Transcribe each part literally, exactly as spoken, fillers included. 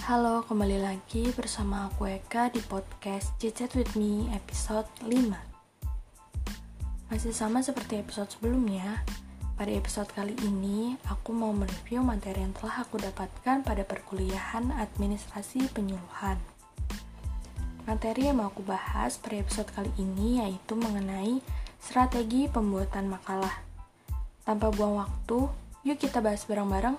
Halo, kembali lagi bersama aku Eka di podcast Chit-Chat with Me episode lima. Masih sama seperti episode sebelumnya. Pada episode kali ini, aku mau mereview materi yang telah aku dapatkan pada perkuliahan administrasi penyuluhan. Materi yang mau aku bahas pada episode kali ini yaitu mengenai strategi pembuatan makalah. Tanpa buang waktu, yuk kita bahas bareng-bareng.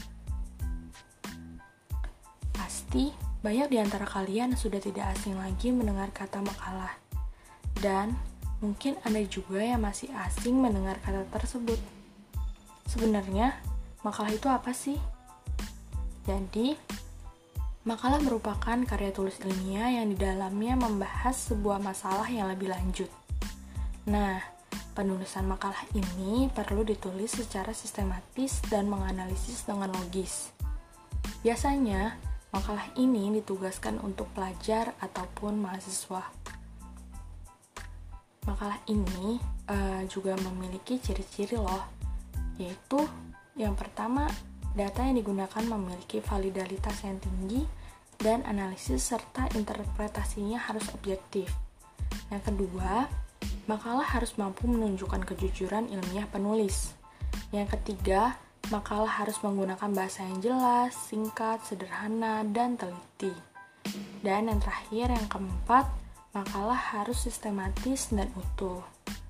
Pasti banyak di antara kalian sudah tidak asing lagi mendengar kata makalah. Dan mungkin Anda juga yang masih asing mendengar kata tersebut. Sebenarnya, makalah itu apa sih? Jadi, makalah merupakan karya tulis ilmiah yang di dalamnya membahas sebuah masalah yang lebih lanjut. Nah, penulisan makalah ini perlu ditulis secara sistematis dan menganalisis dengan logis. Biasanya, makalah ini ditugaskan untuk pelajar ataupun mahasiswa. Makalah ini uh, juga memiliki ciri-ciri loh, yaitu yang pertama, data yang digunakan memiliki validalitas yang tinggi dan analisis serta interpretasinya harus objektif. Yang kedua, makalah harus mampu menunjukkan kejujuran ilmiah penulis. Yang ketiga, makalah harus menggunakan bahasa yang jelas, singkat, sederhana, dan teliti. Dan yang terakhir, yang keempat, makalah harus sistematis dan utuh.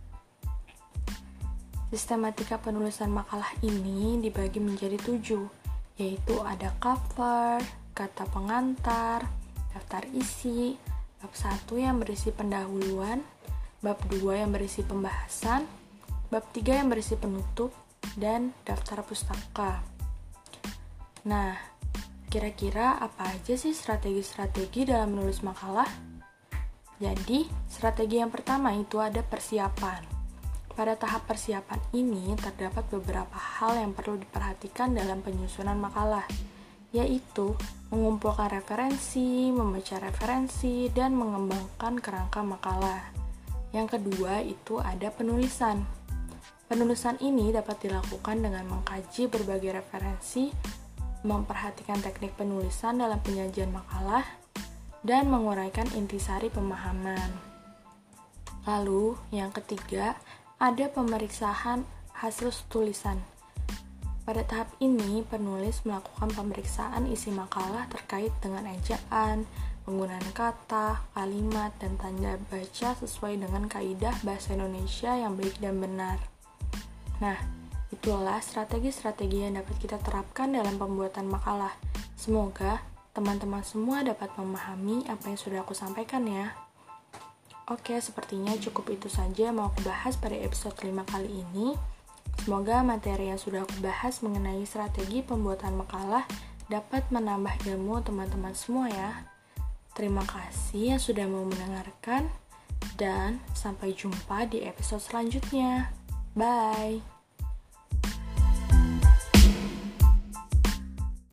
Sistematika penulisan makalah ini dibagi menjadi tujuh, yaitu ada cover, kata pengantar, daftar isi, bab satu yang berisi pendahuluan, bab dua yang berisi pembahasan, bab tiga yang berisi penutup, dan daftar pustaka. Nah, kira-kira apa aja sih strategi-strategi dalam menulis makalah? Jadi, strategi yang pertama itu ada persiapan. Pada tahap persiapan ini terdapat beberapa hal yang perlu diperhatikan dalam penyusunan makalah, yaitu mengumpulkan referensi, membaca referensi, dan mengembangkan kerangka makalah. Yang kedua itu ada penulisan. Penulisan ini dapat dilakukan dengan mengkaji berbagai referensi, memperhatikan teknik penulisan dalam penyajian makalah, dan menguraikan intisari pemahaman. Lalu, yang ketiga, ada pemeriksaan hasil tulisan. Pada tahap ini, penulis melakukan pemeriksaan isi makalah terkait dengan ejaan, penggunaan kata, kalimat, dan tanda baca sesuai dengan kaidah bahasa Indonesia yang baik dan benar. Nah, itulah strategi-strategi yang dapat kita terapkan dalam pembuatan makalah. Semoga teman-teman semua dapat memahami apa yang sudah aku sampaikan ya. Oke, sepertinya cukup itu saja yang mau aku bahas pada episode lima kali ini. Semoga materi yang sudah aku bahas mengenai strategi pembuatan makalah dapat menambah ilmu teman-teman semua ya. Terima kasih yang sudah mau mendengarkan, dan sampai jumpa di episode selanjutnya. Bye!